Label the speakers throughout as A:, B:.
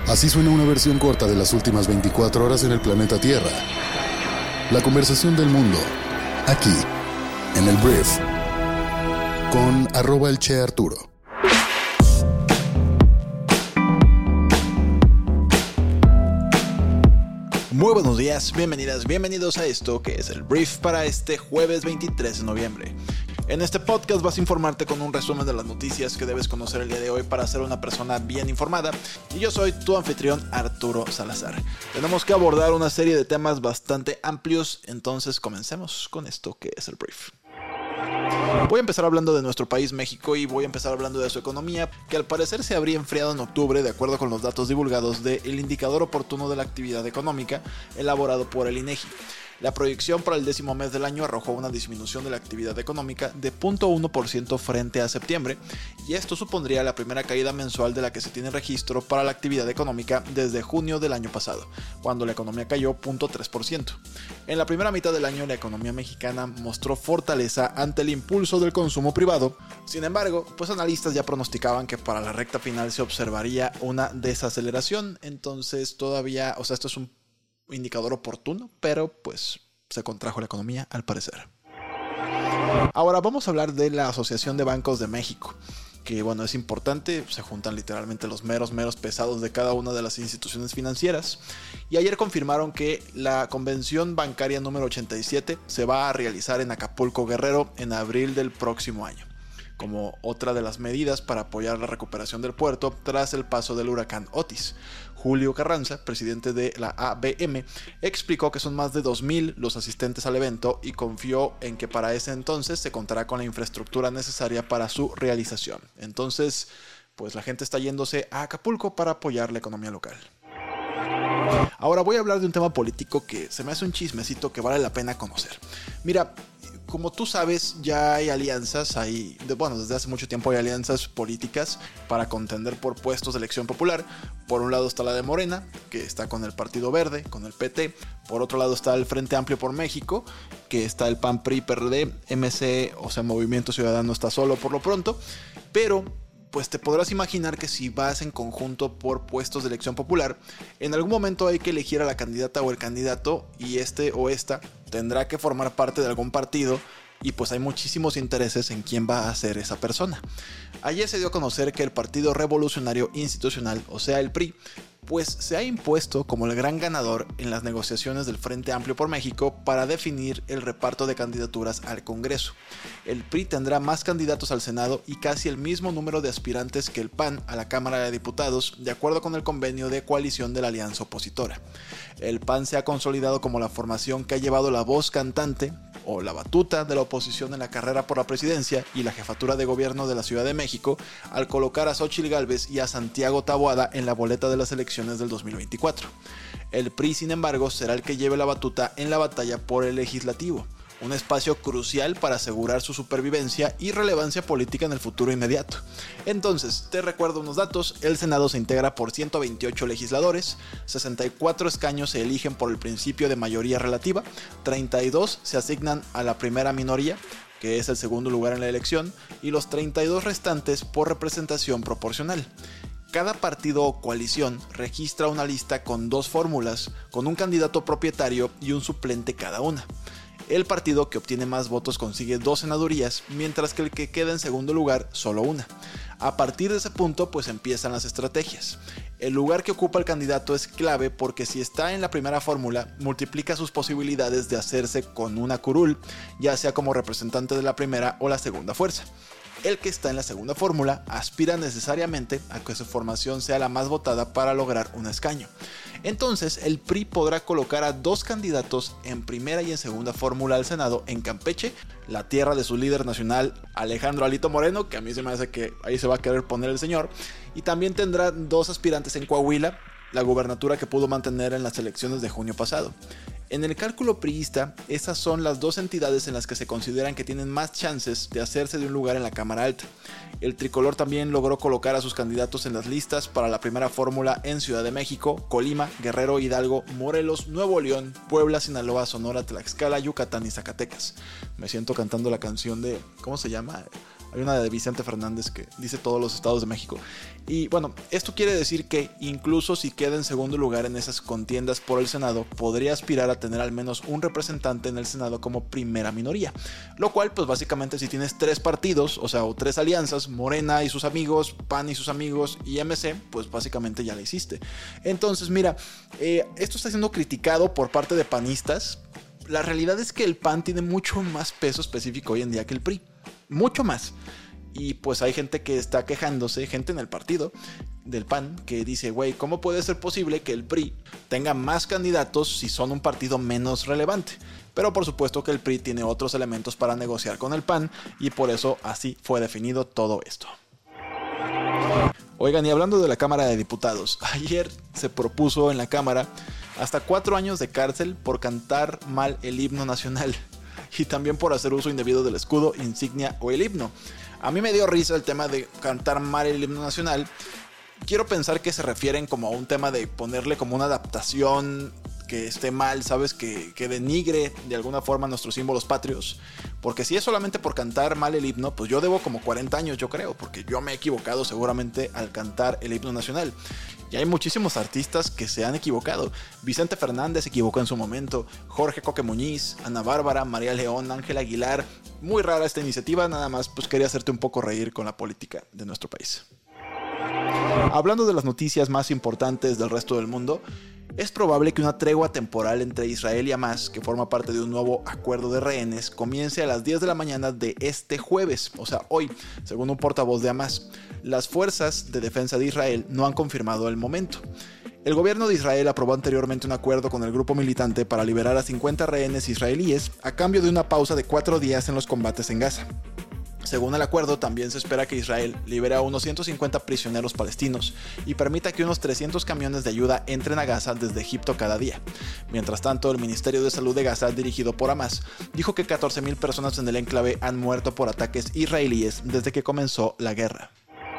A: Así suena una versión corta de las últimas 24 horas en el planeta Tierra. La conversación del mundo, aquí, en el Brief, con @elCheArturo.
B: Muy buenos días, bienvenidas, bienvenidos a esto que es el Brief para este jueves 23 de noviembre. En este podcast vas a informarte con un resumen de las noticias que debes conocer el día de hoy para ser una persona bien informada. Y yo soy tu anfitrión Arturo Salazar. Tenemos que abordar una serie de temas bastante amplios, entonces comencemos con esto que es el Brief. Voy a empezar hablando de nuestro país México y voy a empezar hablando de su economía, que al parecer se habría enfriado en octubre de acuerdo con los datos divulgados del Indicador Oportuno de la Actividad Económica elaborado por el INEGI. La proyección para el 10º mes del año arrojó una disminución de la actividad económica de 0.1% frente a septiembre, y esto supondría la primera caída mensual de la que se tiene registro para la actividad económica desde junio del año pasado, cuando la economía cayó 0.3%. En la primera mitad del año la economía mexicana mostró fortaleza ante el impulso del consumo privado. Sin embargo, pues analistas ya pronosticaban que para la recta final se observaría una desaceleración, entonces todavía, esto es un indicador oportuno, pero pues se contrajo la economía al parecer. Ahora vamos a hablar de la Asociación de Bancos de México, que bueno, es importante, se juntan literalmente los meros pesados de cada una de las instituciones financieras, y ayer confirmaron que la convención bancaria número 87 se va a realizar en Acapulco, Guerrero, en abril del próximo año, como otra de las medidas para apoyar la recuperación del puerto tras el paso del huracán Otis. Julio Carranza, presidente de la ABM, explicó que son más de 2,000 los asistentes al evento y confió en que para ese entonces se contará con la infraestructura necesaria para su realización. Entonces, pues la gente está yéndose a Acapulco para apoyar la economía local. Ahora voy a hablar de un tema político que se me hace un chismecito que vale la pena conocer. Mira, como tú sabes, ya hay alianzas, desde hace mucho tiempo hay alianzas políticas para contender por puestos de elección popular. Por un lado está la de Morena, que está con el Partido Verde, con el PT. Por otro lado está el Frente Amplio por México, que está el PAN, PRI, PRD, MC, Movimiento Ciudadano está solo por lo pronto. Pero pues te podrás imaginar que si vas en conjunto por puestos de elección popular, en algún momento hay que elegir a la candidata o el candidato, y este o esta tendrá que formar parte de algún partido, y pues hay muchísimos intereses en quién va a ser esa persona. Ayer se dio a conocer que el Partido Revolucionario Institucional, o sea el PRI, pues se ha impuesto como el gran ganador en las negociaciones del Frente Amplio por México para definir el reparto de candidaturas al Congreso. El PRI tendrá más candidatos al Senado y casi el mismo número de aspirantes que el PAN a la Cámara de Diputados, de acuerdo con el convenio de coalición de la alianza opositora. El PAN se ha consolidado como la formación que ha llevado la voz cantante o la batuta de la oposición en la carrera por la presidencia y la jefatura de gobierno de la Ciudad de México, al colocar a Xóchitl Gálvez y a Santiago Taboada en la boleta de las elecciones del 2024. El PRI, sin embargo, será el que lleve la batuta en la batalla por el legislativo, un espacio crucial para asegurar su supervivencia y relevancia política en el futuro inmediato. Entonces, te recuerdo unos datos: el Senado se integra por 128 legisladores, 64 escaños se eligen por el principio de mayoría relativa, 32 se asignan a la primera minoría, que es el segundo lugar en la elección, y los 32 restantes por representación proporcional. Cada partido o coalición registra una lista con 2 fórmulas, con un candidato propietario y un suplente cada una. El partido que obtiene más votos consigue 2 senadurías, mientras que el que queda en segundo lugar solo una. A partir de ese punto pues empiezan las estrategias. El lugar que ocupa el candidato es clave porque si está en la primera fórmula multiplica sus posibilidades de hacerse con una curul, ya sea como representante de la primera o la segunda fuerza. El que está en la segunda fórmula aspira necesariamente a que su formación sea la más votada para lograr un escaño. Entonces el PRI podrá colocar a 2 candidatos en primera y en segunda fórmula al Senado en Campeche, la tierra de su líder nacional Alejandro Alito Moreno, que a mí se me hace que ahí se va a querer poner el señor, y también tendrá 2 aspirantes en Coahuila, la gubernatura que pudo mantener en las elecciones de junio pasado. En el cálculo priista, esas son las 2 entidades en las que se consideran que tienen más chances de hacerse de un lugar en la Cámara Alta. El tricolor también logró colocar a sus candidatos en las listas para la primera fórmula en Ciudad de México, Colima, Guerrero, Hidalgo, Morelos, Nuevo León, Puebla, Sinaloa, Sonora, Tlaxcala, Yucatán y Zacatecas. Me siento cantando la canción de, ¿cómo se llama? Hay una de Vicente Fernández que dice todos los estados de México. Y bueno, esto quiere decir que incluso si queda en segundo lugar en esas contiendas por el Senado, podría aspirar a tener al menos un representante en el Senado como primera minoría. Lo cual, pues básicamente si tienes 3 partidos, o sea, o 3 alianzas, Morena y sus amigos, PAN y sus amigos y MC, pues básicamente ya la hiciste. Entonces, mira, esto está siendo criticado por parte de panistas. La realidad es que el PAN tiene mucho más peso específico hoy en día que el PRI. Mucho más. Y pues hay gente que está quejándose, gente en el partido del PAN, que dice, güey, ¿cómo puede ser posible que el PRI tenga más candidatos si son un partido menos relevante? Pero por supuesto que el PRI tiene otros elementos para negociar con el PAN y por eso así fue definido todo esto. Oigan, y hablando de la Cámara de Diputados, ayer se propuso en la Cámara hasta 4 años de cárcel por cantar mal el himno nacional y también por hacer uso indebido del escudo, insignia o el himno. A mí me dio risa el tema de cantar mal el himno nacional. Quiero pensar que se refieren como a un tema de ponerle como una adaptación que esté mal, ¿sabes? Que denigre de alguna forma nuestros símbolos patrios. Porque si es solamente por cantar mal el himno, pues yo debo como 40 años, yo creo, porque yo me he equivocado seguramente al cantar el himno nacional. Y hay muchísimos artistas que se han equivocado. Vicente Fernández se equivocó en su momento, Jorge Coque Muñiz, Ana Bárbara, María León, Ángel Aguilar. Muy rara esta iniciativa, nada más pues quería hacerte un poco reír con la política de nuestro país. Hablando de las noticias más importantes del resto del mundo, es probable que una tregua temporal entre Israel y Hamas, que forma parte de un nuevo acuerdo de rehenes, comience a las 10 de la mañana de este jueves, o sea, hoy, según un portavoz de Hamas. Las fuerzas de defensa de Israel no han confirmado el momento. El gobierno de Israel aprobó anteriormente un acuerdo con el grupo militante para liberar a 50 rehenes israelíes a cambio de una pausa de 4 días en los combates en Gaza. Según el acuerdo, también se espera que Israel libere a unos 150 prisioneros palestinos y permita que unos 300 camiones de ayuda entren a Gaza desde Egipto cada día. Mientras tanto, el Ministerio de Salud de Gaza, dirigido por Hamas, dijo que 14,000 personas en el enclave han muerto por ataques israelíes desde que comenzó la guerra.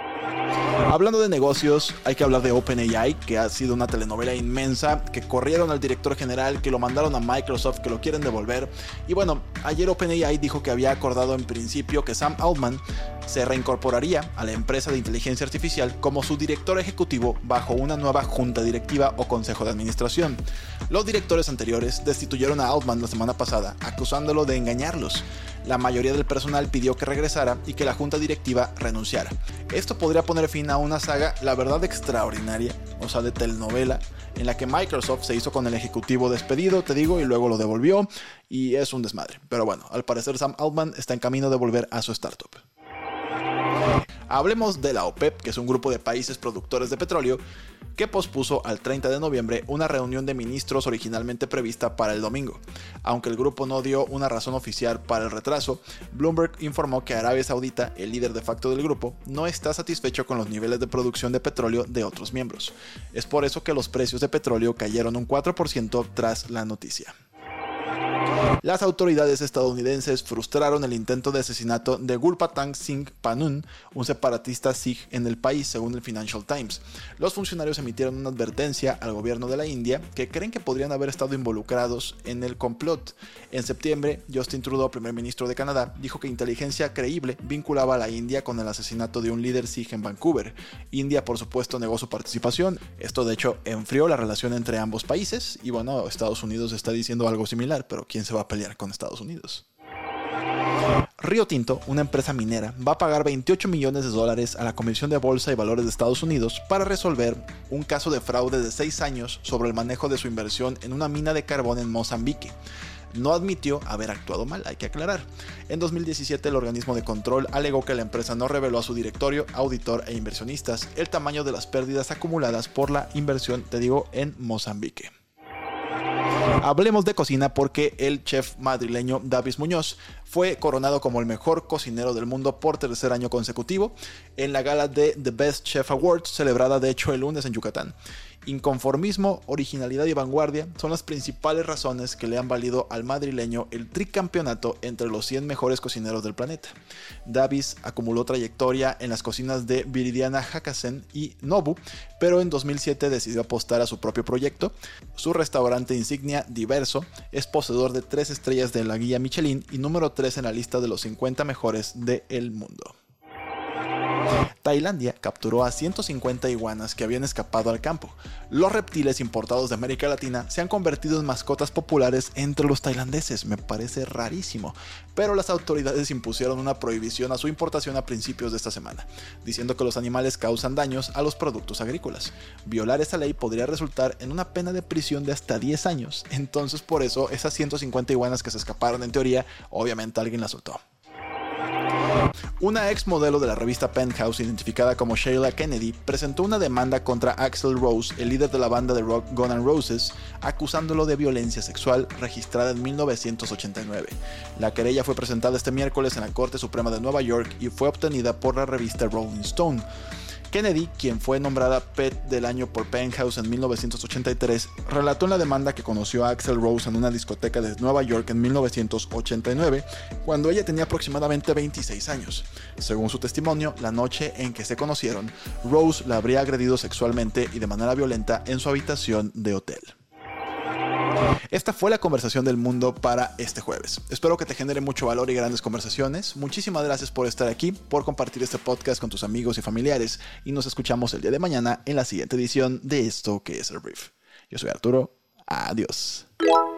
B: Hablando de negocios, hay que hablar de OpenAI, que ha sido una telenovela inmensa, que corrieron al director general, que lo mandaron a Microsoft, que lo quieren devolver. Y bueno, ayer OpenAI dijo que había acordado en principio que Sam Altman se reincorporaría a la empresa de inteligencia artificial como su director ejecutivo bajo una nueva junta directiva o consejo de administración. Los directores anteriores destituyeron a Altman la semana pasada, acusándolo de engañarlos. La mayoría del personal pidió que regresara y que la junta directiva renunciara. Esto podría poner fin a una saga, la verdad, extraordinaria, o sea, de telenovela, en la que Microsoft se hizo con el ejecutivo despedido, te digo, y luego lo devolvió, y es un desmadre. Pero bueno, al parecer Sam Altman está en camino de volver a su startup. Hablemos de la OPEP, que es un grupo de países productores de petróleo, que pospuso al 30 de noviembre una reunión de ministros originalmente prevista para el domingo. Aunque el grupo no dio una razón oficial para el retraso, Bloomberg informó que Arabia Saudita, el líder de facto del grupo, no está satisfecho con los niveles de producción de petróleo de otros miembros. Es por eso que los precios de petróleo cayeron un 4% tras la noticia. Las autoridades estadounidenses frustraron el intento de asesinato de Gurpatang Singh Panun, un separatista sikh en el país, según el Financial Times. Los funcionarios emitieron una advertencia al gobierno de la India que creen que podrían haber estado involucrados en el complot. En septiembre, Justin Trudeau, primer ministro de Canadá, dijo que inteligencia creíble vinculaba a la India con el asesinato de un líder sikh en Vancouver. India, por supuesto, negó su participación. Esto, de hecho, enfrió la relación entre ambos países y bueno, Estados Unidos está diciendo algo similar, pero ¿quién se va a pelear con Estados Unidos? Río Tinto, una empresa minera, va a pagar $28 millones a la Comisión de Bolsa y Valores de Estados Unidos para resolver un caso de fraude de 6 años sobre el manejo de su inversión en una mina de carbón en Mozambique. No admitió haber actuado mal, hay que aclarar. En 2017 el organismo de control alegó que la empresa no reveló a su directorio, auditor e inversionistas el tamaño de las pérdidas acumuladas por la inversión, en Mozambique. Hablemos de cocina porque el chef madrileño Davis Muñoz fue coronado como el mejor cocinero del mundo por 3er año consecutivo en la gala de The Best Chef Awards, celebrada de hecho el lunes en Yucatán. Inconformismo, originalidad y vanguardia son las principales razones que le han valido al madrileño el tricampeonato entre los 100 mejores cocineros del planeta. Davis acumuló trayectoria en las cocinas de Viridiana Hacasen y Nobu, pero en 2007 decidió apostar a su propio proyecto. Su restaurante insignia, Diverso, es poseedor de 3 estrellas de la guía Michelin y número 3 3 en la lista de los 50 mejores del mundo. Tailandia capturó a 150 iguanas que habían escapado al campo. Los reptiles importados de América Latina se han convertido en mascotas populares entre los tailandeses, me parece rarísimo, pero las autoridades impusieron una prohibición a su importación a principios de esta semana, diciendo que los animales causan daños a los productos agrícolas. Violar esa ley podría resultar en una pena de prisión de hasta 10 años, entonces por eso esas 150 iguanas que se escaparon en teoría, obviamente alguien las soltó. Una ex modelo de la revista Penthouse, identificada como Sheila Kennedy, presentó una demanda contra Axl Rose, el líder de la banda de rock Guns N' Roses, acusándolo de violencia sexual registrada en 1989. La querella fue presentada este miércoles en la Corte Suprema de Nueva York y fue obtenida por la revista Rolling Stone. Kennedy, quien fue nombrada Pet del Año por Penthouse en 1983, relató en la demanda que conoció a Axl Rose en una discoteca de Nueva York en 1989, cuando ella tenía aproximadamente 26 años. Según su testimonio, la noche en que se conocieron, Rose la habría agredido sexualmente y de manera violenta en su habitación de hotel. Esta fue la conversación del mundo para este jueves. Espero que te genere mucho valor y grandes conversaciones. Muchísimas gracias por estar aquí, por compartir este podcast con tus amigos y familiares, y nos escuchamos el día de mañana en la siguiente edición de esto que es el Brief. Yo soy Arturo. Adiós.